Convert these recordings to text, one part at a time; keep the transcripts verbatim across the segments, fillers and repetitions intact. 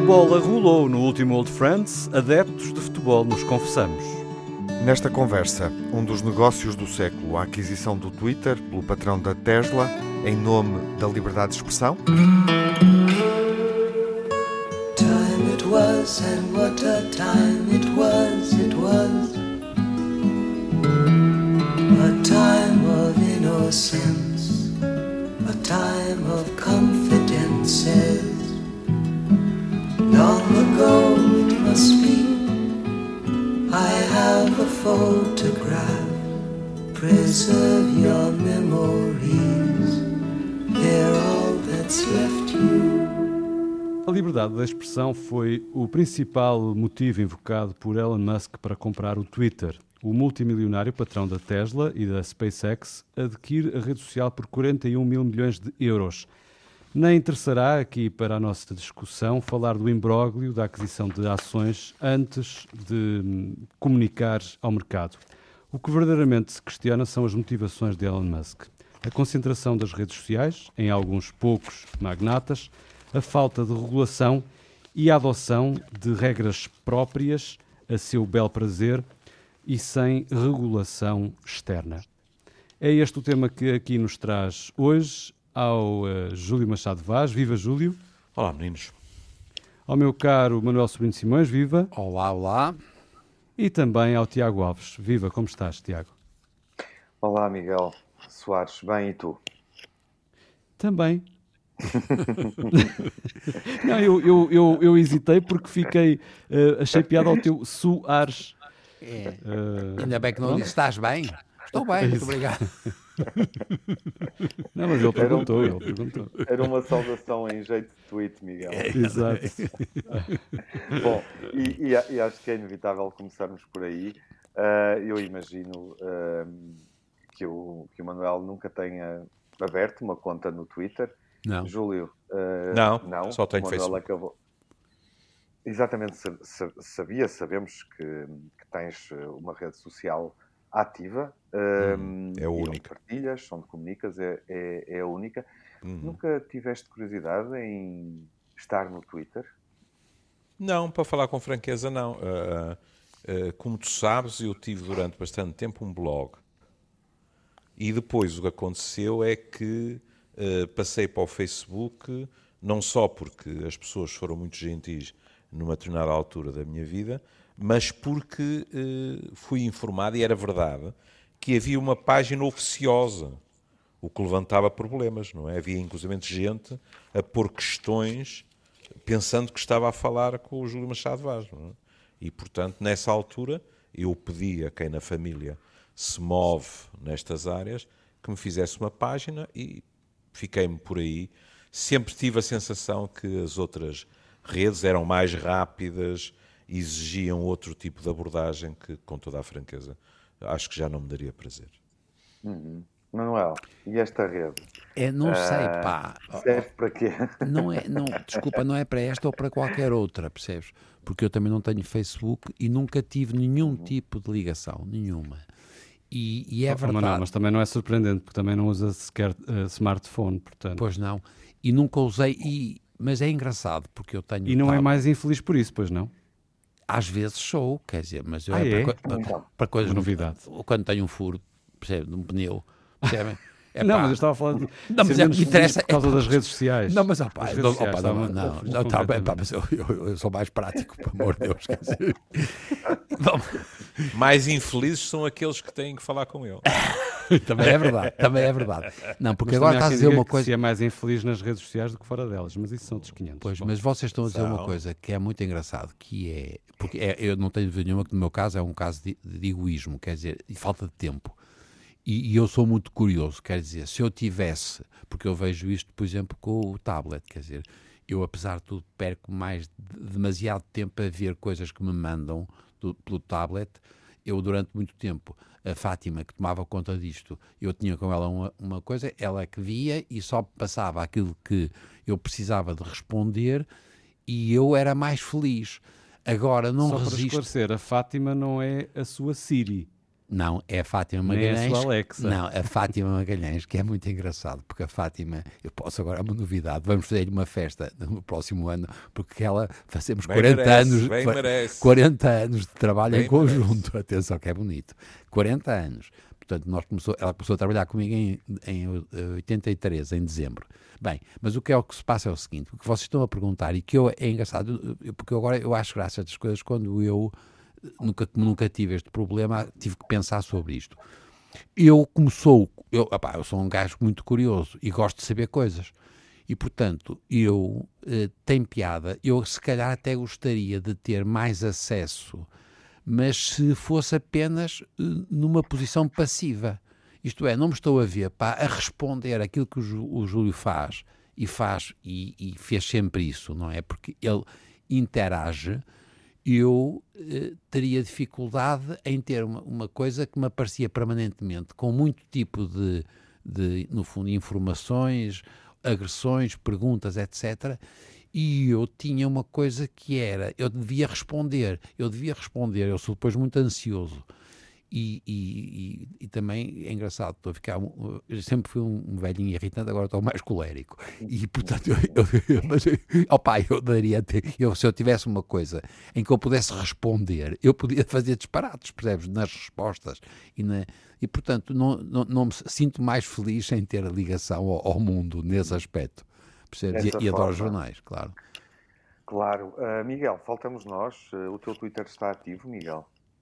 bola rolou no último Old Friends, adeptos de futebol nos confessamos. Nesta conversa, um dos negócios do século, a aquisição do Twitter pelo patrão da Tesla, em nome da liberdade de expressão. Time it was, and what a time it was, it was a time of innocence, a time of confidences. Long ago it must be, I have a photograph. Preserve your memories, they're all that's left you. A liberdade da expressão foi o principal motivo invocado por Elon Musk para comprar o Twitter. O multimilionário patrão da Tesla e da SpaceX adquire a rede social por quarenta e um mil milhões de euros. Nem interessará aqui para a nossa discussão falar do imbróglio da aquisição de ações antes de comunicar ao mercado. O que verdadeiramente se questiona são as motivações de Elon Musk. A concentração das redes sociais em alguns poucos magnatas, a falta de regulação e a adoção de regras próprias a seu bel prazer e sem regulação externa. É este o tema que aqui nos traz hoje ao uh, Júlio Machado Vaz. Viva, Júlio. Olá, meninos. Ao meu caro Manuel Sobrinho Simões. Viva. Olá, olá. E também ao Tiago Alves. Viva, como estás, Tiago? Olá, Miguel Soares. Bem, e tu? Também. Não, eu, eu, eu, eu hesitei porque fiquei... Uh, achei piada ao teu Soares. É. Uh, Ainda bem que não disse estás bem. Estou bem, muito obrigado. Não, mas ele perguntou, ele perguntou. Era uma saudação em jeito de tweet, Miguel. É, exato. Bom, e, e, e acho que é inevitável começarmos por aí. Uh, eu imagino uh, que, o, que o Manuel nunca tenha aberto uma conta no Twitter. Não. Júlio, uh, não, não, só tenho o Manuel Facebook. Acabou. Exatamente, sabia, sabemos que, que tens uma rede social ativa, hum, um, é a única. Onde partilhas, onde comunicas, é, é, é a única. Uhum. Nunca tiveste curiosidade em estar no Twitter? Não, para falar com franqueza, não. Uh, uh, como tu sabes, eu tive durante bastante tempo um blog. E depois o que aconteceu é que uh, passei para o Facebook, não só porque as pessoas foram muito gentis numa determinada altura da minha vida, mas porque uh, fui informado, e era verdade, que havia uma página oficiosa, o que levantava problemas, não é? Havia inclusive gente a pôr questões pensando que estava a falar com o Júlio Machado Vaz, não é? E, portanto, nessa altura, eu pedi a quem na família se move nestas áreas que me fizesse uma página e fiquei-me por aí. Sempre tive a sensação que as outras redes eram mais rápidas, exigiam outro tipo de abordagem que, com toda a franqueza, acho que já não me daria prazer. Uhum. Manuel, e esta rede? É, não sei, uh, pá. Serve para quê? Não é, não, desculpa, não é para esta ou para qualquer outra, percebes? Porque eu também não tenho Facebook e nunca tive nenhum uhum. tipo de ligação, nenhuma. E, e é oh, verdade. Não, mas também não é surpreendente, porque também não usa sequer uh, smartphone, portanto. Pois não. E nunca usei, e, mas é engraçado, porque eu tenho... E não tal... é mais infeliz por isso, pois não? Às vezes sou, quer dizer, mas eu ah, é, é? Para, para, para, para coisas... novidade. Quando tenho um furo, percebe, de um pneu, percebem? É não, pá. Mas eu estava a falar de não, mas é, me interessa por causa é, das redes sociais. Não, mas opa, redes não, sociais, opa, não, não, não, não tá bem, pá, mas eu, eu, eu sou mais prático, pelo amor de Deus. Quer dizer. Mais infelizes são aqueles que têm que falar com ele. Também é verdade, também é verdade. Não, porque mas agora estás a dizer uma coisa. Se é mais infeliz nas redes sociais do que fora delas, mas isso são dos quinhentos. Pois, bom. Mas vocês estão a dizer uma coisa que é muito engraçado, que é, porque é, eu não tenho dúvida nenhuma que no meu caso é um caso de, de egoísmo, quer dizer, de falta de tempo. E, e eu sou muito curioso, quer dizer, se eu tivesse, porque eu vejo isto, por exemplo, com o tablet, quer dizer, eu apesar de tudo perco mais de, demasiado tempo a ver coisas que me mandam do, pelo tablet. Eu durante muito tempo, a Fátima que tomava conta disto, eu tinha com ela uma, uma coisa, ela que via e só passava aquilo que eu precisava de responder e eu era mais feliz. Agora não Só resisto... para esclarecer, a Fátima não é a sua Siri. Não, é a Fátima Nem é a Magalhães. sua Alexa. Não, a Fátima Magalhães, que é muito engraçado, porque a Fátima, eu posso agora, é uma novidade, vamos fazer uma festa no próximo ano, porque ela, fazemos Bem quarenta merece, anos, bem fa- merece. quarenta anos de trabalho Bem em conjunto, atenção que é bonito, quarenta anos. Portanto, nós começou, ela começou a trabalhar comigo em, em oitenta e três, em dezembro. Bem, mas o que é o que se passa é o seguinte, o que vocês estão a perguntar, e que eu, é engraçado, eu- porque agora eu acho graça das coisas, quando eu nunca, nunca tive este problema, tive que pensar sobre isto. Eu como sou, eu, opá, eu sou um gajo muito curioso e gosto de saber coisas. E, portanto, eu eh, tenho piada, eu se calhar até gostaria de ter mais acesso, mas se fosse apenas eh, numa posição passiva. Isto é, não me estou a ver pá, a responder aquilo que o, Jú- o Júlio faz, e faz, e, e fez sempre isso, não é? Porque ele interage, eu eh, teria dificuldade em ter uma, uma coisa que me aparecia permanentemente, com muito tipo de, de, no fundo, informações, agressões, perguntas, etcétera. E eu tinha uma coisa que era, eu devia responder, eu devia responder, eu sou depois muito ansioso. E, e, e, e também é engraçado, estou a ficar, um- eu sempre fui um, um velhinho irritante, agora estou mais colérico. E portanto, eu, eu, eu, mas, opa, eu daria, ter- eu, se eu tivesse uma coisa em que eu pudesse responder, eu podia fazer disparates, percebes, nas respostas. E, na, e portanto, não, não, não me sinto mais feliz em ter a ligação ao, ao mundo nesse aspecto. Percebes? E, Dessa e adoro forma. jornais, claro. Claro. Ah, Miguel, faltamos nós. Ah, o teu Twitter está ativo, Miguel?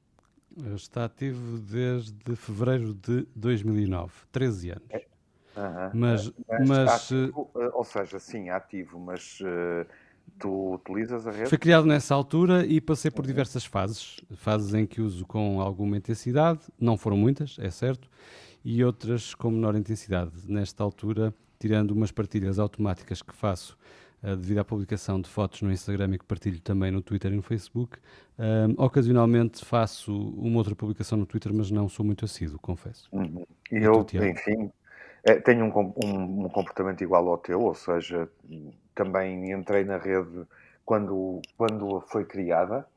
Está ativo desde fevereiro de dois mil e nove, treze anos. Aham. Mas, Mas mas ativo, ah, ou seja, sim, ativo, mas ah, tu utilizas a eh, rede? foi criado nessa altura e passei por diversas fases. Fases em que uso com alguma intensidade, não foram muitas, é certo, e outras com menor intensidade. Nesta altura, tirando umas partilhas automáticas que faço uh, devido à publicação de fotos no Instagram e que partilho também no Twitter e no Facebook, um, ocasionalmente faço uma outra publicação no Twitter, mas não sou muito assíduo, confesso. Uhum. E E eu, tu, Tiago? enfim, eh, tenho um, com- um- um comportamento igual ao teu, ou seja, também entrei na rede quando, quando foi criada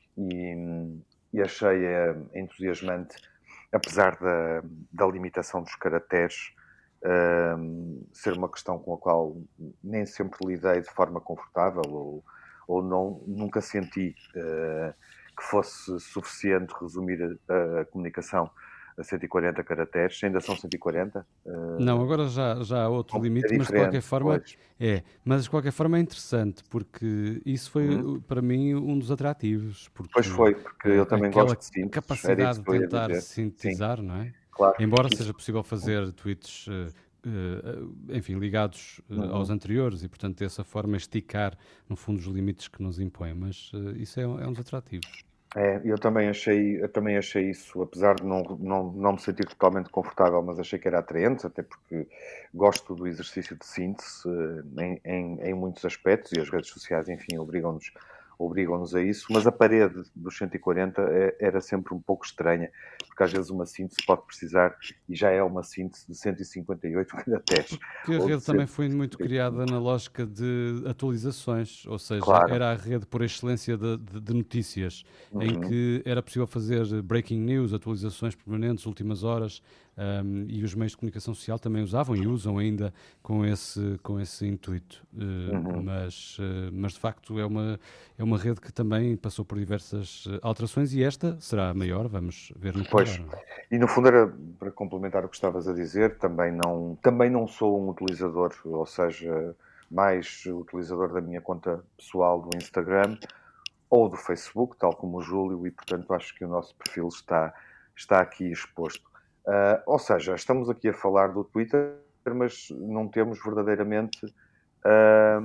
e, e achei eh, entusiasmante, apesar da, da limitação dos caracteres, eh, ser uma questão com a qual nem sempre lidei de forma confortável ou, ou não, nunca senti eh, que fosse suficiente resumir a, a comunicação a cento e quarenta caracteres. Ainda são cento e quarenta? Eh, Não, agora já, já há outro é limite, mas de diferente, qualquer forma pois. é. Mas de qualquer forma é interessante, porque isso foi Uhum. para mim um dos atrativos, porque Pois foi, porque eu eh, também aquela gosto de sínteses, era capacidade isso de que eu ia tentar dizer. Sim, sintetizar, não é? claro. Embora Isso- seja possível fazer tweets, eh, eh, enfim, ligados eh, Uhum. aos anteriores e, portanto, dessa forma esticar, no fundo, os limites que nos impõem, mas eh, isso é, um- é um dos atrativos. É, eu também achei, eu também achei isso, apesar de não, não, não me sentir totalmente confortável, mas achei que era atraente, até porque gosto do exercício de síntese eh, em, em, em muitos aspectos e as redes sociais, enfim, obrigam-nos obrigam-nos a isso, mas a parede dos cento e quarenta é- era sempre um pouco estranha, porque às vezes uma síntese pode precisar, e já é uma síntese de cento e cinquenta e oito caracteres. Que a Ou de rede também cento e foi muito cinquenta e cinco. criada na lógica de atualizações, ou seja, Claro. era a rede por excelência de, de- de notícias, em Uhum. que era possível fazer breaking news, atualizações permanentes, últimas horas, um, e os meios de comunicação social também usavam e usam ainda com esse, com esse intuito. Uh, Uhum. mas, uh, mas de facto é uma, é uma rede que também passou por diversas uh, alterações e esta será a maior, vamos ver no que Pois. vai dar, não é? E no fundo era para complementar o que estavas a dizer, também não, também não sou um utilizador, ou seja, mais utilizador da minha conta pessoal do Instagram ou do Facebook, tal como o Júlio, e portanto acho que o nosso perfil está, está aqui exposto. Ah, ou seja, estamos aqui a falar do Twitter, mas não temos verdadeiramente, ah,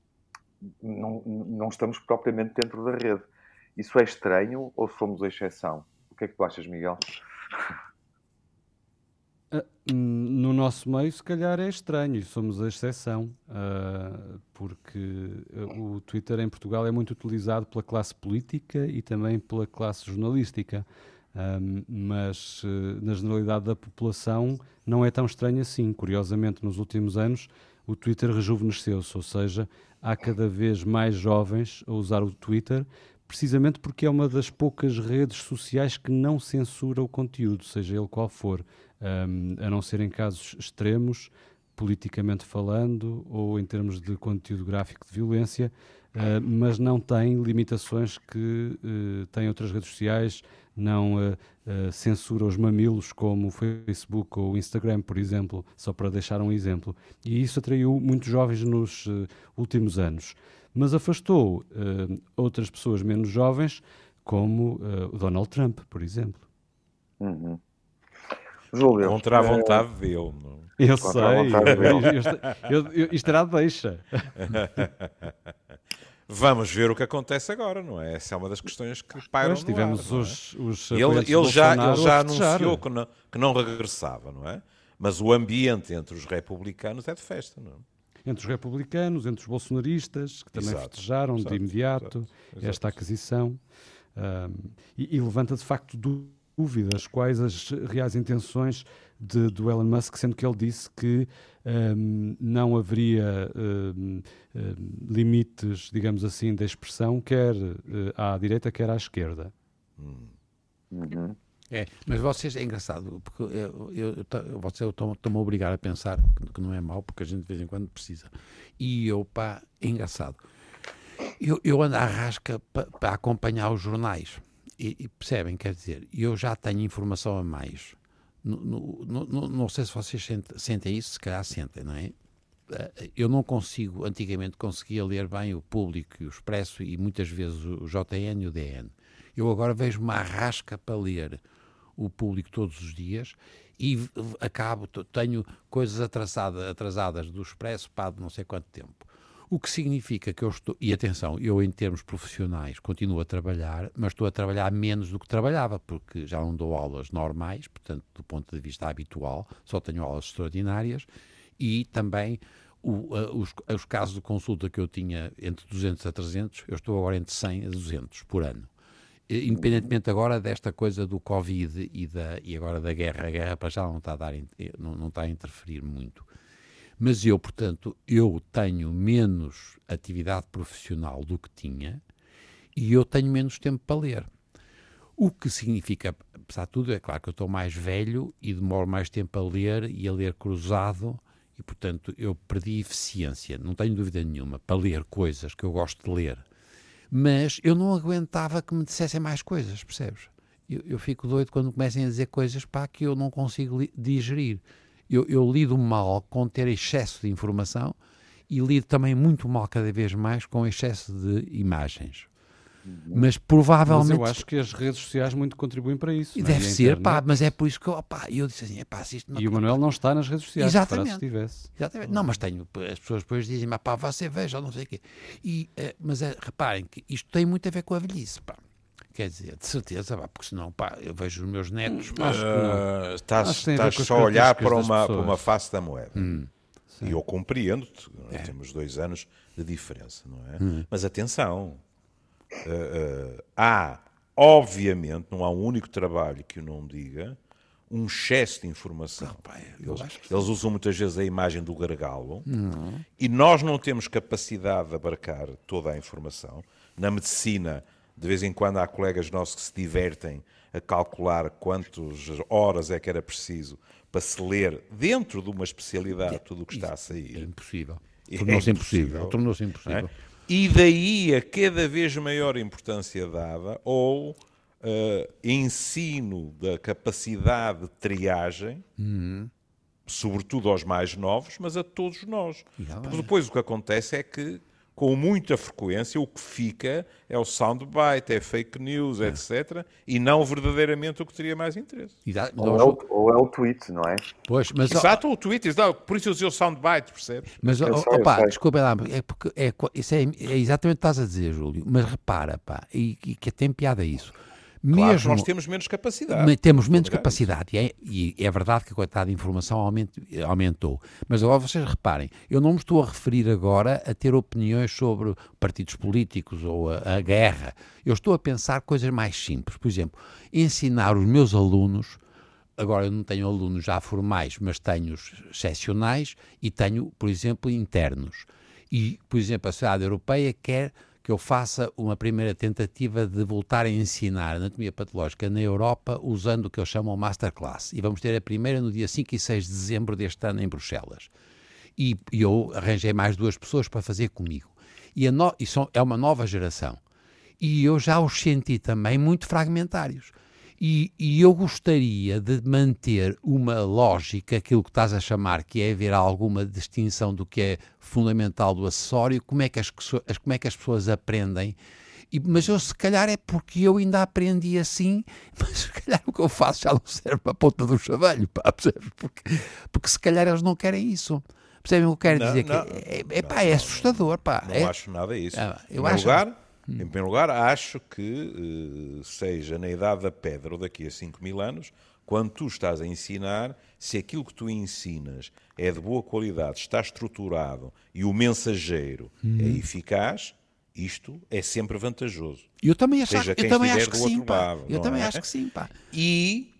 não, não estamos propriamente dentro da rede. Isso é estranho ou somos a exceção? O que é que tu achas, Miguel? Ah, No nosso meio, se calhar é estranho, somos a exceção, ah, porque ah, o Twitter em Portugal é muito utilizado pela classe política e também pela classe jornalística, Ahm, mas eh, na generalidade da população não é tão estranho assim. Curiosamente, nos últimos anos, o Twitter rejuvenesceu-se, ou seja, há cada vez mais jovens a usar o Twitter precisamente porque é uma das poucas redes sociais que não censura o conteúdo, seja ele qual for, um, a não ser em casos extremos, politicamente falando, ou em termos de conteúdo gráfico de violência, uh, mas não tem limitações que uh, têm outras redes sociais, não uh, uh, censura os mamilos como o Facebook ou o Instagram, por exemplo, só para deixar um exemplo. E isso atraiu muitos jovens nos uh, últimos anos. Mas afastou uh, outras pessoas menos jovens, como uh, o Donald Trump, por exemplo. Uhum. Júlio, Contra a eh, vontade dele. Não? Eu Contra a sei, vontade dele. eu, eu, eu, isto era a deixa. Vamos ver o que acontece agora, não é? Essa é uma das questões que pairam Pois, no tivemos ar, não é? os, os Ele, apoiantes de ele já, Bolsonaro ele já a festejar. anunciou que não, que não regressava, não é? Mas o ambiente entre os republicanos é de festa, não é? Entre os republicanos, entre os bolsonaristas, que também Exato, festejaram exato, de imediato exato, exato. esta aquisição. Um, e, e levanta, de facto, dúvidas quais as reais intenções de, do Elon Musk, sendo que ele disse que um, não haveria um, um, limites, digamos assim, de expressão, quer uh, à direita, quer à esquerda. Uhum. É, mas vocês, é engraçado, porque eu, eu, eu, vocês estão-me a obrigar a pensar que não é mau, porque a gente de vez em quando precisa. E eu, pá, é engraçado. Eu, eu ando à rasca para acompanhar os jornais. E, e percebem, quer dizer, eu já tenho informação a mais. No, no, no, no, não sei se vocês sentem, sentem isso, se calhar sentem, não é? Eu não consigo, antigamente conseguia ler bem o Público e o Expresso e muitas vezes o J N e o D N. Eu agora vejo uma arrasca para ler o Público todos os dias e acabo, tenho coisas atrasadas, atrasadas do Expresso para não sei quanto tempo. O que significa que eu estou, e atenção, eu em termos profissionais continuo a trabalhar, mas estou a trabalhar menos do que trabalhava, porque já não dou aulas normais, portanto, do ponto de vista habitual, só tenho aulas extraordinárias, e também o, os, os casos de consulta que eu tinha entre duzentos a trezentos, eu estou agora entre cem a duzentos por ano. Independentemente agora desta coisa do Covid e, da, e agora da guerra, a guerra para já não está a, dar, não, não está a interferir muito. Mas eu, portanto, eu tenho menos atividade profissional do que tinha e eu tenho menos tempo para ler. O que significa, apesar de tudo, é claro que eu estou mais velho e demoro mais tempo a ler e a ler cruzado e, portanto, eu perdi eficiência, não tenho dúvida nenhuma, para ler coisas que eu gosto de ler. Mas eu não aguentava que me dissessem mais coisas, percebes? Eu, eu fico doido quando comecem a dizer coisas pá, que eu não consigo li- digerir. Eu, eu lido mal com ter excesso de informação e lido também muito mal cada vez mais com excesso de imagens. Mas provavelmente... Mas eu acho que as redes sociais muito contribuem para isso. E não é? deve E a ser, internet. pá, mas é por isso que eu, pá, eu disse assim, pá, se isto não... E o Manuel não está nas redes sociais, Exatamente. se estivesse. Exatamente. Não, mas tenho, as pessoas depois dizem, mas pá, você veja, não sei o quê. E, eh, mas é, reparem que isto tem muito a ver com a velhice, pá. Quer dizer, de certeza, pá, porque senão, pá, eu vejo os meus netos, pá, Acho que não. Uh, estás Acho que tem a ver estás com as só a olhar para características das uma, para pessoas. uma face da moeda. Hum. E eu compreendo-te, nós É. temos dois anos de diferença, não é? Hum. Mas atenção, uh, uh, há, obviamente, não há um único trabalho que o não diga, um excesso de informação. pá, eu eles, acho que eles usam muitas vezes a imagem do gargalo Não. e nós não temos capacidade de abarcar toda a informação. Na medicina, de vez em quando há colegas nossos que se divertem a calcular quantas horas é que era preciso para se ler dentro de uma especialidade tudo o que está a É sair. impossível. É Tornou-se impossível. impossível. Tornou-se Não é? impossível. E daí a cada vez maior importância dada ao uh, ensino da capacidade de triagem, Uhum. sobretudo aos mais novos, mas a todos nós. Já Porque vai. depois o que acontece é que, com muita frequência, o que fica é o soundbite, é fake news, etcétera, e não verdadeiramente o que teria mais interesse. Exato, Ou, nós- é o, ou é o tweet, não é? Pois, mas, Exato, o Twitter, exato, por isso eu usei o soundbite, percebes? Mas, Eu ó, sei, eu opá, sei. desculpa lá, é porque é, co- isso é, é exatamente o que estás a dizer, Júlio, mas repara, pá, e, e que tem piada isso. Claro que Mesmo, nós temos menos capacidade. mas temos menos Vou negar capacidade, e é, e é verdade que a quantidade de informação aument- aumentou. Mas agora vocês reparem, eu não me estou a referir agora a ter opiniões sobre partidos políticos ou a, a guerra. Eu estou a pensar coisas mais simples. Por exemplo, ensinar os meus alunos. Agora eu não tenho alunos já formais, mas tenho os excepcionais e tenho, por exemplo, internos. E, por exemplo, a sociedade europeia quer que eu faça uma primeira tentativa de voltar a ensinar anatomia patológica na Europa usando o que eles chamam Masterclass. E vamos ter a primeira no dia cinco e seis de dezembro deste ano em Bruxelas. E, e eu arranjei mais duas pessoas para fazer comigo. E, a no, e são, é uma nova geração. E eu já os senti também muito fragmentários. E, e eu gostaria de manter uma lógica, aquilo que estás a chamar, que é haver alguma distinção do que é fundamental do acessório, como é que as, como é que as pessoas aprendem. E, mas eu, se calhar, é porque eu ainda aprendi assim, mas se calhar o que eu faço já não serve para a ponta do chaveiro, pá, percebes? Porque, porque se calhar eles não querem isso. Percebem o que eu quero Não, dizer? não, que é, é, não, pá, é não, assustador, pá. Não é, acho nada isso. Ah, eu em, primeiro acho- lugar, em primeiro lugar, acho que, eh, seja na idade da pedra ou daqui a cinco mil anos, quando tu estás a ensinar, se aquilo que tu ensinas é de boa qualidade, está estruturado e o mensageiro é eficaz, isto é sempre vantajoso. Eu também acho, Seja eu quem também estiver acho que do sim, outro pá. lado, Eu não também é? acho que sim, pá. E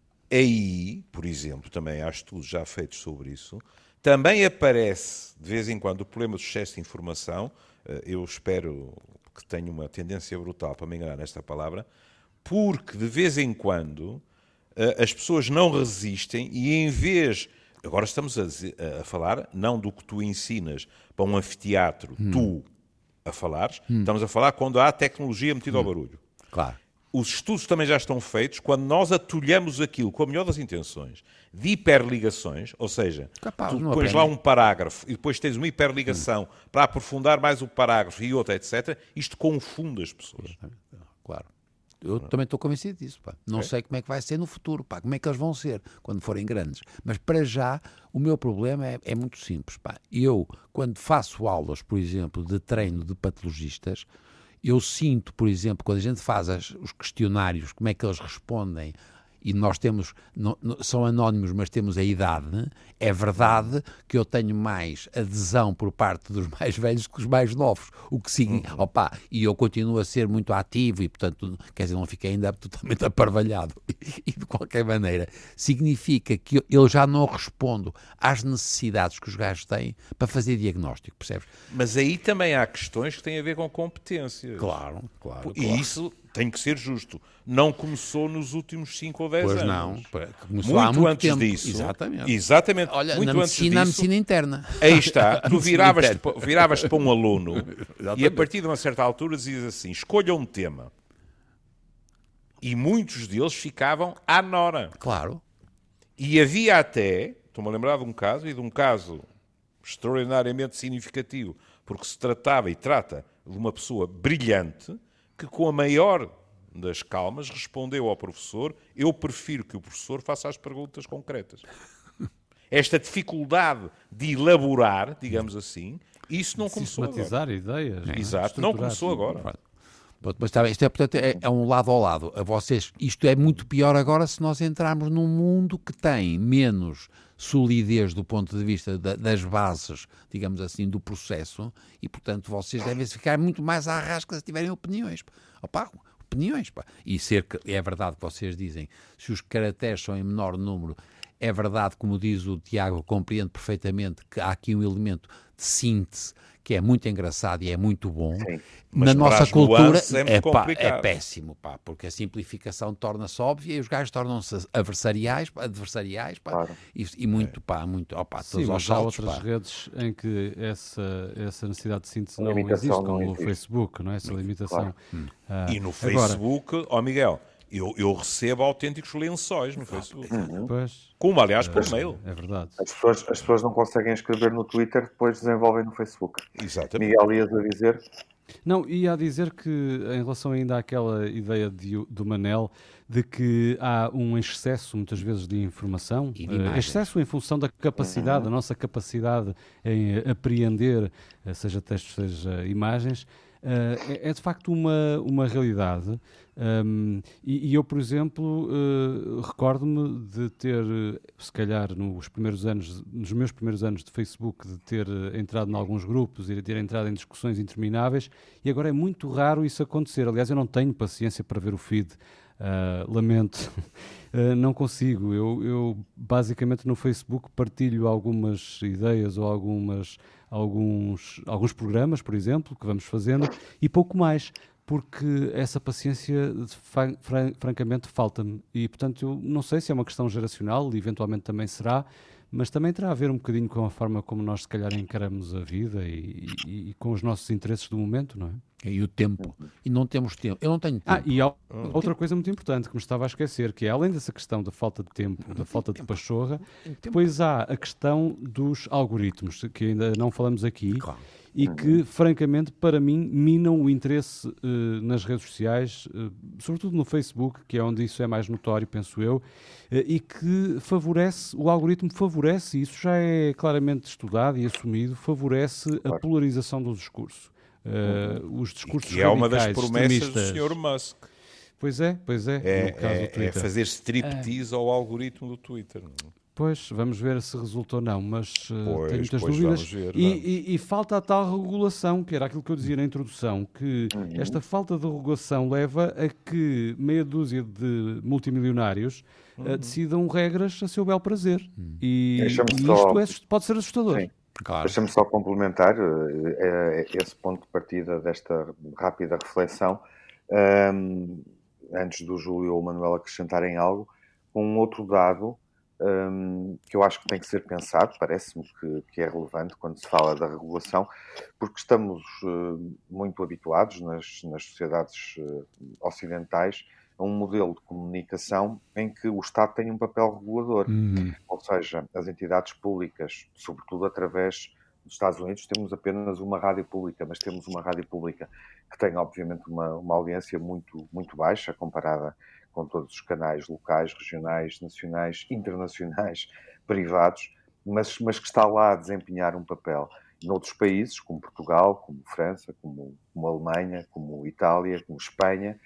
aí, por exemplo, também há estudos já feitos sobre isso, também aparece de vez em quando o problema do excesso de informação. Eu espero que tenha uma tendência brutal para me enganar nesta palavra, porque de vez em quando as pessoas não resistem e em vez... Agora estamos a, dizer- a falar não do que tu ensinas para um anfiteatro, Hum. tu a falares, estamos a falar quando há tecnologia metida Hum. ao barulho. Claro. Os estudos também já estão feitos quando nós atulhamos aquilo com a melhor das intenções de hiperligações, ou seja, Capaz, tu não pões aprende. lá um parágrafo e depois tens uma hiperligação para aprofundar mais o parágrafo e outra, etcétera. Isto confunde as pessoas. Claro. Eu também estou convencido disso, pá. Não É? sei como é que vai ser no futuro, pá. Como é que eles vão ser quando forem grandes. Mas para já, o meu problema é, é muito simples, pá. Eu, quando faço aulas, por exemplo, de treino de patologistas, eu sinto, por exemplo, quando a gente faz as- os questionários, como é que eles respondem, e nós temos, não- não- são anónimos, mas temos a idade, é verdade que eu tenho mais adesão por parte dos mais velhos que os mais novos, o que significa, opa, e eu continuo a ser muito ativo e, portanto, quer dizer, não fiquei ainda totalmente aparvalhado, e de qualquer maneira, significa que eu, eu já não respondo às necessidades que os gajos têm para fazer diagnóstico, percebes? Mas aí também há questões que têm a ver com competências. Claro, claro. E isso tem que ser justo. Não começou nos últimos cinco ou dez Pois anos. não, começou há Muito muito antes tempo. disso. Exatamente. Exatamente. Olha, muito na antes medicina, a disso, medicina interna. aí está. Tu medicina viravas-te interna. pa- viravas-te para um aluno e Exatamente. a partir de uma certa altura dizias assim, escolha um tema. E muitos deles ficavam à nora. Claro. E havia até, estou-me a lembrar de um caso, e de um caso extraordinariamente significativo, porque se tratava e trata de uma pessoa brilhante, que com a maior das calmas respondeu ao professor: eu prefiro que o professor faça as perguntas concretas. Esta dificuldade de elaborar, digamos assim, isso não começou agora. Sistematizar ideias. não é? Exato, não Estruturar. começou agora. Pronto, mas está bem, isto é, portanto, é, é um lado ao lado. A vocês, isto é muito pior agora se nós entrarmos num mundo que tem menos solidez do ponto de vista da- das bases, digamos assim, do processo, e, portanto, vocês devem ficar muito mais à rasca se tiverem opiniões. Opa, opiniões, pá. E ser, que- é verdade que vocês dizem, se os caracteres são em menor número, é verdade, como diz o Tiago, eu compreendo perfeitamente que há aqui um elemento de síntese que é muito engraçado e é muito bom. Sim. Mas Na para nossa as cultura nuances é muito é, pá, é complicado. péssimo, pá, porque a simplificação torna-se óbvia e os gajos tornam-se adversariais, pá, adversariais pá, Claro. e, e muito, pá, muito, opá, Sim, todos aos mas há saltos, outras pá. redes em que essa, essa necessidade de síntese A não limitação existe, não como o existe. Facebook, não é? Essa limitação. Ah, E no agora, Facebook, ó Miguel, eu, eu recebo autênticos lençóis no Facebook. pois, Como, aliás, por mail. é verdade. As pessoas, as pessoas não conseguem escrever no Twitter, depois desenvolvem no Facebook. Exatamente. Miguel, ias a dizer? Não, e a dizer que, em relação ainda àquela ideia de- do Manel, de que há um excesso, muitas vezes, de informação, E de eh, imagens. excesso em função da capacidade, da nossa capacidade em eh, apreender, eh, seja textos, seja imagens, eh, é, é de facto uma, uma realidade. Um, e, e eu, por exemplo, eh, recordo-me de ter, eh, se calhar nos primeiros anos, nos meus primeiros anos de Facebook, de ter eh, entrado em alguns grupos e de ter entrado em discussões intermináveis, e agora é muito raro isso acontecer. Aliás, eu não tenho paciência para ver o feed. Uh, lamento, uh, não consigo. Eu, eu, basicamente, no Facebook partilho algumas ideias ou algumas, alguns, alguns programas, por exemplo, que vamos fazendo, e pouco mais, porque essa paciência, fran- fran- francamente, falta-me. E, portanto, eu não sei se é uma questão geracional, eventualmente também será, mas também terá a ver um bocadinho com a forma como nós, se calhar, encaramos a vida e, e- e com os nossos interesses do momento, não é? E o tempo. E não temos tempo. Eu não tenho tempo. Ah, e há outra coisa muito importante que me estava a esquecer, que é, além dessa questão da falta de tempo, da falta de pachorra, depois há a questão dos algoritmos, que ainda não falamos aqui, Claro. e que, francamente, para mim, minam o interesse eh, nas redes sociais, eh, sobretudo no Facebook, que é onde isso é mais notório, penso eu, eh, e que favorece, o algoritmo favorece, e isso já é claramente estudado e assumido, favorece a Claro. polarização do discurso. Uh, os discursos Que é uma das radicais, promessas do extremistas. senhor Musk. Pois é, pois é, É, no caso do é, é Twitter. fazer striptease ao algoritmo do Twitter. não é? Pois, vamos ver se resultou ou não, mas uh, Pois, tenho muitas pois dúvidas. vamos ver, e, vamos. e- e falta a tal regulação, que era aquilo que eu dizia na introdução, que Uhum. esta falta de regulação leva a que meia dúzia de multimilionários uh, decidam regras a seu bel prazer. E, Deixa-me e só- isto é assust- pode ser assustador. Sim. Claro. Deixa-me só complementar eh, eh, esse ponto de partida desta rápida reflexão, ehm, antes do Júlio ou o Manuel acrescentarem algo, com um outro dado ehm, que eu acho que tem que ser pensado, parece-me que, que é relevante quando se fala da regulação, porque estamos eh, muito habituados nas, nas sociedades eh, ocidentais a um modelo de comunicação em que o Estado tem um papel regulador. Uhum. Ou seja, as entidades públicas, sobretudo através dos Estados Unidos, temos apenas uma rádio pública, mas temos uma rádio pública que tem, obviamente, uma, uma audiência muito, muito baixa comparada com todos os canais locais, regionais, nacionais, internacionais, privados, mas, mas que está lá a desempenhar um papel. Noutros países, como Portugal, como França, como, como Alemanha, como Itália, como Espanha,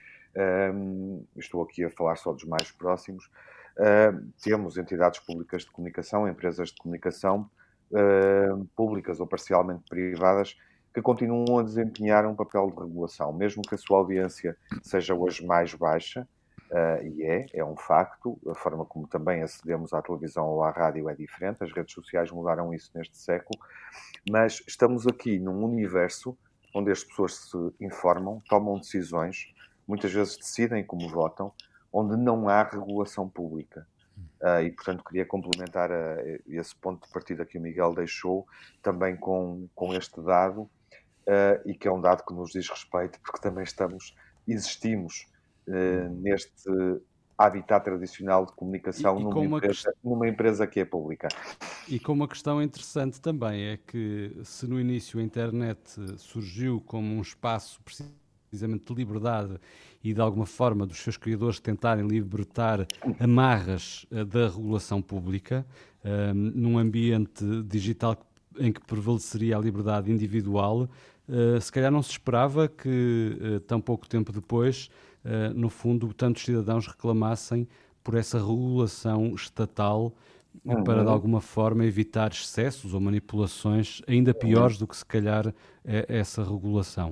um, estou aqui a falar só dos mais próximos, Uh, temos entidades públicas de comunicação, empresas de comunicação, uh, públicas ou parcialmente privadas, que continuam a desempenhar um papel de regulação, mesmo que a sua audiência seja hoje mais baixa, uh, e é, é um facto, a forma como também acedemos à televisão ou à rádio é diferente, as redes sociais mudaram isso neste século, mas estamos aqui num universo onde as pessoas se informam, tomam decisões, muitas vezes decidem como votam, onde não há regulação pública. Uh, e, portanto, queria complementar a, a esse ponto de partida que o Miguel deixou, também com, com este dado, uh, e que é um dado que nos diz respeito, porque também estamos, existimos uh, neste habitat tradicional de comunicação E- e numa, com uma empresa, numa empresa que é pública. E com uma questão interessante também, é que se no início a internet surgiu como um espaço precisamente de liberdade e de alguma forma dos seus criadores tentarem libertar amarras uh, da regulação pública, um, num ambiente digital em que prevaleceria a liberdade individual, uh, se calhar não se esperava que uh, tão pouco tempo depois, uh, no fundo, tantos cidadãos reclamassem por essa regulação estatal Uhum. para de alguma forma evitar excessos ou manipulações ainda piores do que se calhar é essa regulação.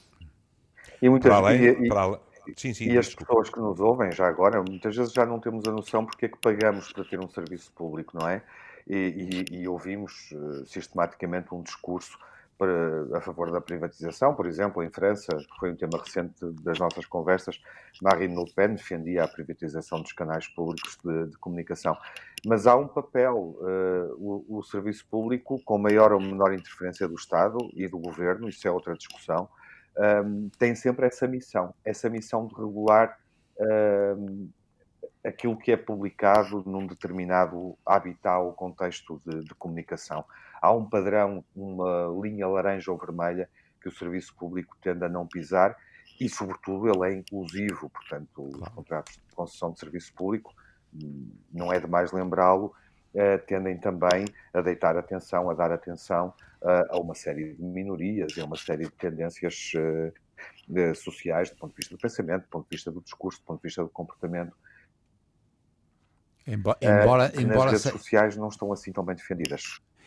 E muitas Para além, e- e- para ale- Sim, sim, E as desculpa. pessoas que nos ouvem, já agora, muitas vezes já não temos a noção porque é que pagamos para ter um serviço público, não é? E, e- e ouvimos uh, sistematicamente um discurso para, a favor da privatização. Por exemplo, em França, que foi um tema recente das nossas conversas, Marine Le Pen defendia a privatização dos canais públicos de, de comunicação. Mas há um papel, uh, o, o serviço público, com maior ou menor interferência do Estado e do Governo, isso é outra discussão, Um, tem sempre essa missão, essa missão de regular um, aquilo que é publicado num determinado habitat ou contexto de, de comunicação. Há um padrão, uma linha laranja ou vermelha que o serviço público tende a não pisar e, sobretudo, ele é inclusivo. Portanto, os contratos de concessão de serviço público, não é demais lembrá-lo, Uh, tendem também a deitar atenção, a dar atenção uh, a uma série de minorias e a uma série de tendências uh, de, sociais, do ponto de vista do pensamento, do ponto de vista do discurso, do ponto de vista do comportamento, Embo- uh, Embora, que embora, nas redes se- sociais não estão assim tão bem defendidas.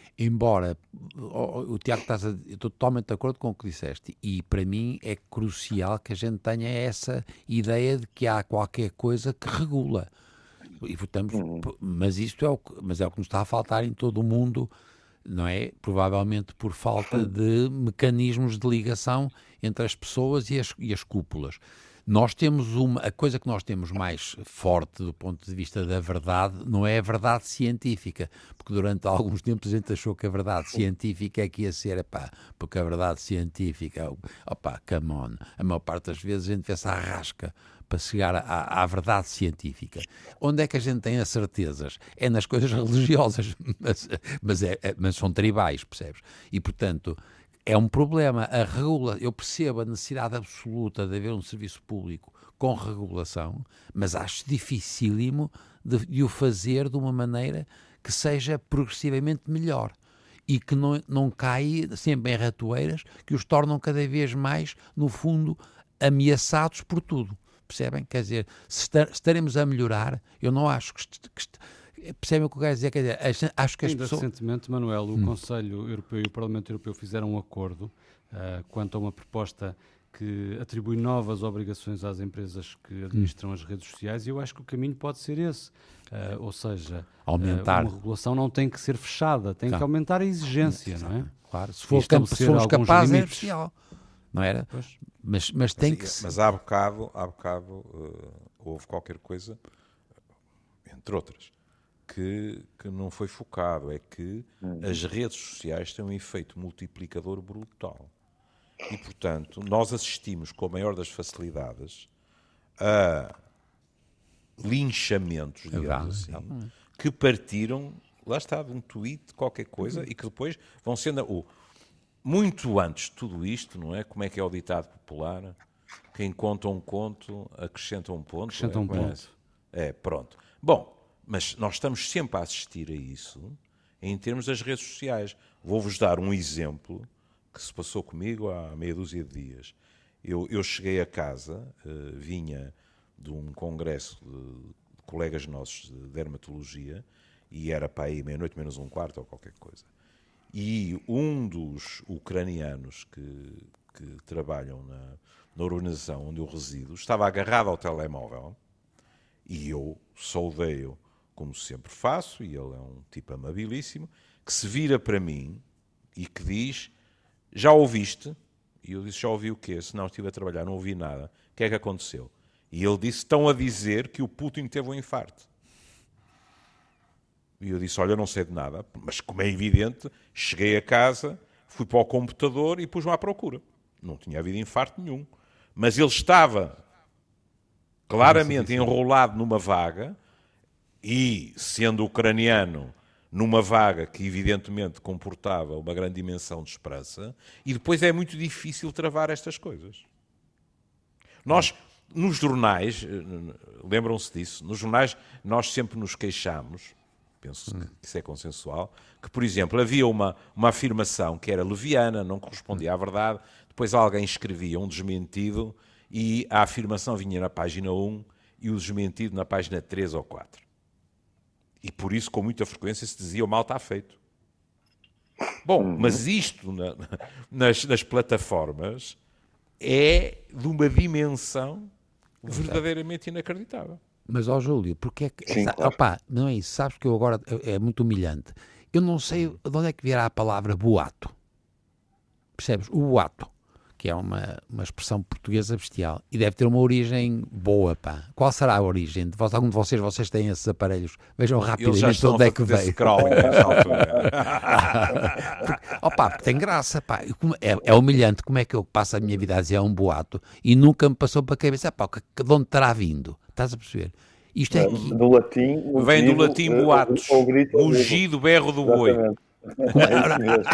Embora, o, o Tiago, estás a, eu estou totalmente de acordo com o que disseste, e para mim é crucial que a gente tenha essa ideia de que há qualquer coisa que regula. E votamos, uhum. mas isto é o que, mas é o que nos está a faltar em todo o mundo, não é? Provavelmente por falta de mecanismos de ligação entre as pessoas e as, e as cúpulas. Nós temos uma, a coisa que nós temos mais forte do ponto de vista da verdade não é a verdade científica, porque durante alguns tempos a gente achou que a verdade científica é que ia ser, epá, porque a verdade científica, opá, come on, a maior parte das vezes a gente vê-se à rasca para chegar à, à verdade científica. Onde é que a gente tem as certezas? É nas coisas religiosas, mas, mas, é, é, mas são tribais, percebes? E, portanto, é um problema. A regula... Eu percebo a necessidade absoluta de haver um serviço público com regulação, mas acho dificílimo de, de o fazer de uma maneira que seja progressivamente melhor e que não, não caia sempre em ratoeiras que os tornam cada vez mais, no fundo, ameaçados por tudo. Percebem? Quer dizer, se estaremos a melhorar, eu não acho que... que percebem o que eu quero dizer? Quer dizer, acho que as Ainda pessoas... recentemente, Manuel, o hum. Conselho Europeu e o Parlamento Europeu fizeram um acordo uh, quanto a uma proposta que atribui novas obrigações às empresas que administram hum. as redes sociais, e eu acho que o caminho pode ser esse. Uh, ou seja, aumentar. Uh, uma regulação não tem que ser fechada, tem claro. que aumentar a exigência, não é? Claro, se, for camp- se formos capazes é especial. Não era? Pois. Mas, mas tem mas, que ser. Mas há bocado, há bocado uh, houve qualquer coisa, entre outras, que, que não foi focado. É que hum. as redes sociais têm um efeito multiplicador brutal. E, portanto, nós assistimos com a maior das facilidades a linchamentos, digamos é assim, que partiram, lá está, de um tweet, qualquer coisa, uhum. e que depois vão sendo... O, muito antes de tudo isto, não é? Como é que é o ditado popular? Quem conta um conto acrescenta um ponto. Acrescenta é? um ponto. É, pronto. Bom, mas nós estamos sempre a assistir a isso em termos das redes sociais. Vou-vos dar um exemplo que se passou comigo há meia dúzia de dias. Eu, eu cheguei a casa, uh, vinha de um congresso de, de colegas nossos de dermatologia, e era para aí meia-noite menos um quarto ou qualquer coisa. E um dos ucranianos que, que trabalham na, na organização onde eu resido estava agarrado ao telemóvel, e eu saudei-o como sempre faço, e ele é um tipo amabilíssimo, que se vira para mim e que diz: já ouviste? E eu disse: já ouvi o quê? Se não, estive a trabalhar, não ouvi nada. O que é que aconteceu? E ele disse: estão a dizer que o Putin teve um infarto. E eu disse: olha, não sei de nada, mas como é evidente, cheguei a casa, fui para o computador e pus-me à procura. Não tinha havido infarto nenhum. Mas ele estava claramente enrolado numa vaga, e, sendo ucraniano, numa vaga que evidentemente comportava uma grande dimensão de esperança, e depois é muito difícil travar estas coisas. Nós, nos jornais, lembram-se disso, nos jornais nós sempre nos queixámos, penso que isso é consensual, que, por exemplo, havia uma, uma afirmação que era leviana, não correspondia à verdade, depois alguém escrevia um desmentido e a afirmação vinha na página um e o desmentido na página três ou quatro. E por isso, com muita frequência, se dizia: o mal está feito. Bom, mas isto na, nas, nas plataformas é de uma dimensão verdadeiramente inacreditável. Mas, ó Júlio, porque é que... Sim, Sa- claro. Opá, não é isso. Sabes que eu agora... É muito humilhante. Eu não sei de onde é que virá a palavra boato. Percebes? O boato, que é uma, uma expressão portuguesa bestial. E deve ter uma origem boa, pá. Qual será a origem? De vós, algum de vocês, vocês têm esses aparelhos? Vejam rapidamente de onde é que veio. porque, opá, porque tem graça, pá. É, é humilhante. Como é que eu passo a minha vida a dizer um boato e nunca me passou para a cabeça, pá, de onde terá vindo? Estás a perceber? Isto é aqui. Do latim. Vem do latim uh, boatos. o grito do- Mugido berro do boi. Exatamente. É isso mesmo.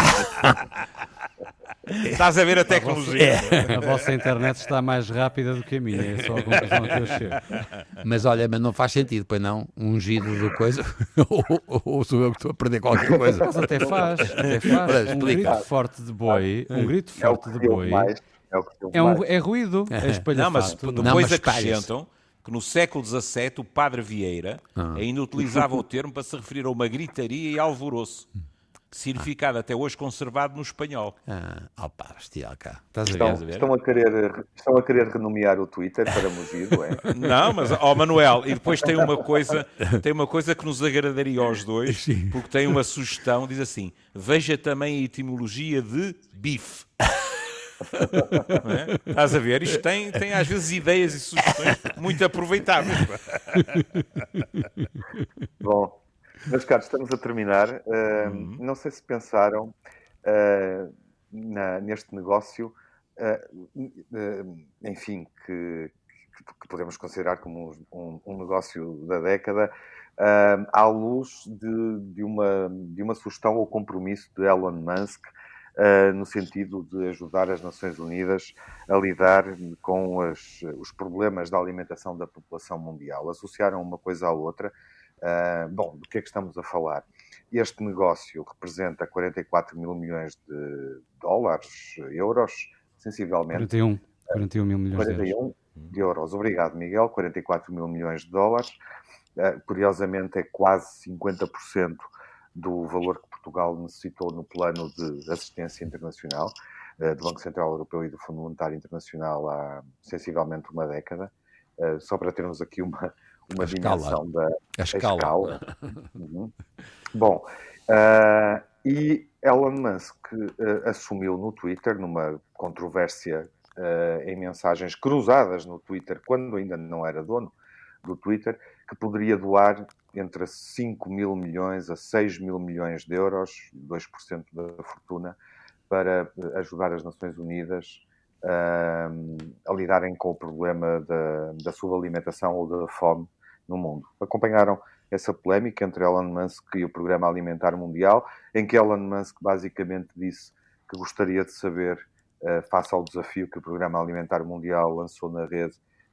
Estás a ver a tecnologia. A vossa internet está mais rápida do que a minha, é só a conclusão que eu chego. Mas olha, mas não faz sentido, pois não? Um ungido de coisa, ou, ou, ou sou eu que estou a perder qualquer coisa? Mas até faz, até faz. Olha, Um explica. grito forte de boi, um grito É o forte que de eu boi, mais. É o que eu é, um, mais. é ruído, é Não, mas espalhafato. depois Não, mas acrescentam que no século dezassete o padre Vieira Ah. ainda utilizava o termo para se referir a uma gritaria e alvoroço. significado até hoje conservado no espanhol. Ah, opa, estial cá. Estás a Estão, ver? a ver? estão, a querer, estão a querer renomear o Twitter para Mugido, é? Não, mas, ó Manuel, e depois tem uma coisa, tem uma coisa que nos agradaria aos dois, Sim. porque tem uma sugestão, diz assim, veja também a etimologia de bife. Não é? Estás a ver? Isto tem, tem às vezes ideias e sugestões muito aproveitáveis. Bom, meus caros, estamos a terminar. Uh, Uhum. Não sei se pensaram uh, na- neste negócio, uh, uh, enfim, que, que- que podemos considerar como um, um negócio da década, uh, à luz de, de uma, de uma sugestão ou compromisso de Elon Musk, uh, no sentido de ajudar as Nações Unidas a lidar com as- os problemas da alimentação da população mundial. Associaram uma coisa à outra. Uh, bom, do que é que estamos a falar? Este negócio representa quarenta e quatro mil milhões de dólares, euros, sensivelmente. quarenta e um, quarenta e um mil milhões de quarenta e euros. um de euros. Obrigado, Miguel. quarenta e quatro mil milhões de dólares. Uh, curiosamente, é quase cinquenta por cento do valor que Portugal necessitou no plano de assistência internacional, uh, do Banco Central Europeu e do Fundo Monetário Internacional há sensivelmente uma década. Uh, só para termos aqui uma, uma A escala. dimensão da A escala. escala. Uhum. Bom, uh, e Elon Musk uh, assumiu no Twitter, numa controvérsia uh, em mensagens cruzadas no Twitter, quando ainda não era dono do Twitter, que poderia doar entre cinco mil milhões a seis mil milhões de euros, dois por cento da fortuna, para ajudar as Nações Unidas uh, a lidarem com o problema da, da subalimentação ou da fome no mundo. Acompanharam essa polémica entre Elon Musk e o Programa Alimentar Mundial, em que Elon Musk basicamente disse que gostaria de saber, uh, face ao desafio que o Programa Alimentar Mundial lançou na rede,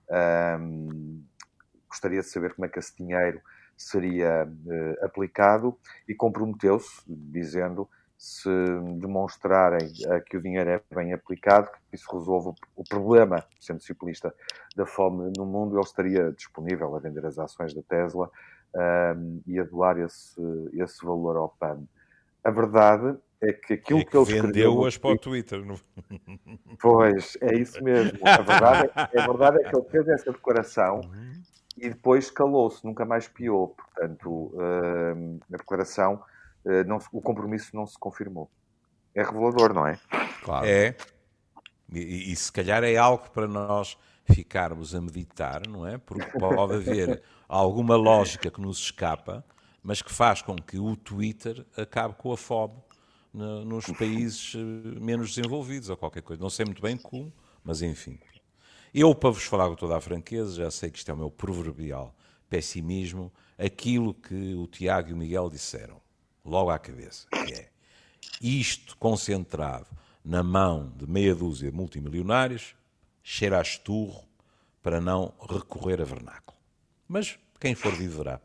um, gostaria de saber como é que esse dinheiro seria uh, aplicado, e comprometeu-se, dizendo, se demonstrarem uh, que o dinheiro é bem aplicado, que isso resolve o problema, sendo ciclista, da fome no mundo, ele estaria disponível a vender as ações da Tesla um, e a doar esse, esse valor ao P A N. A verdade é que aquilo É que, que ele escreveu... vendeu-as para o Twitter. No... Pois, é isso mesmo. A verdade, é, a verdade é que ele fez essa declaração e depois calou-se, nunca mais piou. Portanto, uh, a declaração, uh, não se, o compromisso não se confirmou. É revelador, não é? Claro. É. E, e se calhar é algo para nós ficarmos a meditar, não é? Porque pode haver alguma lógica que nos escapa, mas que faz com que o Twitter acabe com a fome no, nos países menos desenvolvidos ou qualquer coisa. Não sei muito bem como, mas enfim. Eu, para vos falar com toda a franqueza, já sei que isto é o meu proverbial pessimismo, aquilo que o Tiago e o Miguel disseram, logo à cabeça, que é isto concentrado na mão de meia dúzia de multimilionários, cheira a esturro para não recorrer a vernáculo. Mas quem for vivo verá.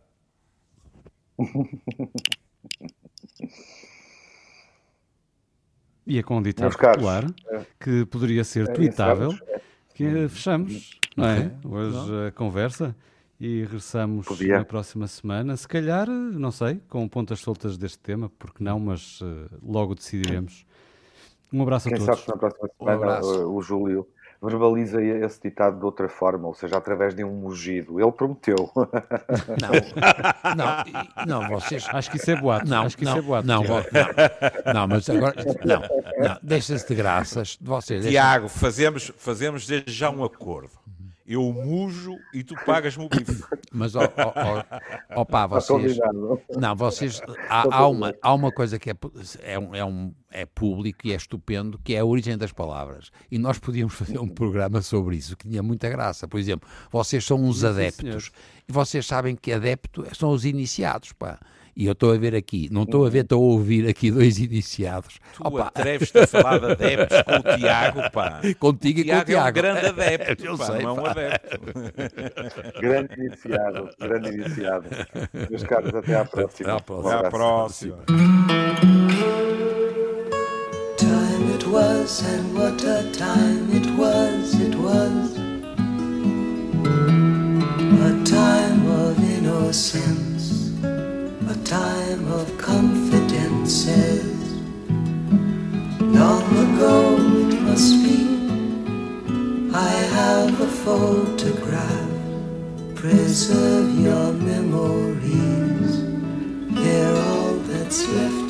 E é com um ditado Meus caros, popular que poderia ser é, tweetável encerramos. que fechamos, não é? Hoje a conversa e regressamos Podia. na próxima semana. Se calhar, não sei, com pontas soltas deste tema, porque não, mas uh, logo decidiremos. Um abraço Quem a sabe todos. se na próxima Um semana abraço. o, o Júlio verbaliza esse ditado de outra forma, ou seja, através de um mugido. Ele prometeu. Não, não, e- não, vocês. Acho que isso é boato. Não, Acho que não, isso é boato. não, Tiago. vo- não, não, mas agora, não, não, deixa-se de graças, vocês, deixem- Tiago, fazemos, fazemos desde já um acordo. Eu mujo e tu pagas-me o bife. mas ó, ó, ó, ó, pá, Está vocês, convidado. não, vocês, há, há uma, há uma coisa que é, pu- é, um, é, um, é público e é estupendo, que é a origem das palavras, e nós podíamos fazer um programa sobre isso, que tinha muita graça. Por exemplo, vocês são uns Sim, sim, adeptos, senhor. e vocês sabem que adepto são os iniciados, pá. E eu estou a ver aqui, não estou a ver, estou a ouvir aqui dois iniciados. Tu Opa, atreves-te a falar de adeptos com o Tiago, pá. Contigo o e com o Tiago é um Tiago. grande adepto, Eu pá, sei, não é um pá. adepto. Grande iniciado, grande iniciado. Meus caros, até à próxima. Até à próxima. Um Até à abraço. próxima. Time it was, and what a time it was, it was a time of innocence, a time of confidences. photograph. Preserve your memories. They're all that's left